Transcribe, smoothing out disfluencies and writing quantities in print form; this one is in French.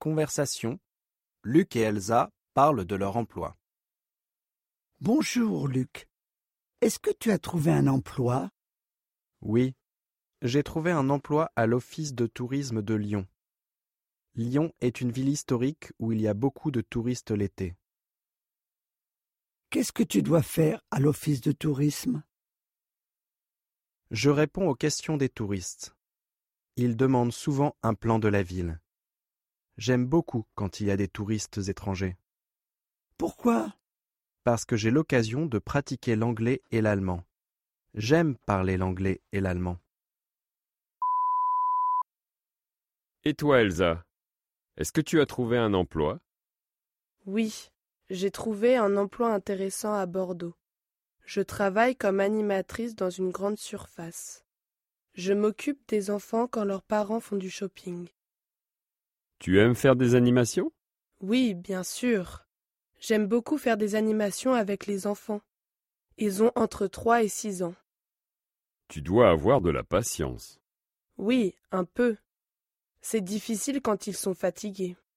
conversation, Luc et Elsa parlent de leur emploi. Bonjour, Luc. Est-ce que tu as trouvé un emploi? Oui, j'ai trouvé un emploi à l'Office de tourisme de Lyon. Lyon est une ville historique où il y a beaucoup de touristes l'été. Qu'est-ce que tu dois faire à l'office de tourisme? Je réponds aux questions des touristes. Ils demandent souvent un plan de la ville. J'aime beaucoup quand il y a des touristes étrangers. Pourquoi? Parce que j'ai l'occasion de pratiquer l'anglais et l'allemand. J'aime parler l'anglais et l'allemand. Et toi, Elsa, est-ce que tu as trouvé un emploi? Oui, j'ai trouvé un emploi intéressant à Bordeaux. Je travaille comme animatrice dans une grande surface. Je m'occupe des enfants quand leurs parents font du shopping. Tu aimes faire des animations? Oui, bien sûr. J'aime beaucoup faire des animations avec les enfants. Ils ont entre 3 et 6 ans. Tu dois avoir de la patience. Oui, un peu. C'est difficile quand ils sont fatigués.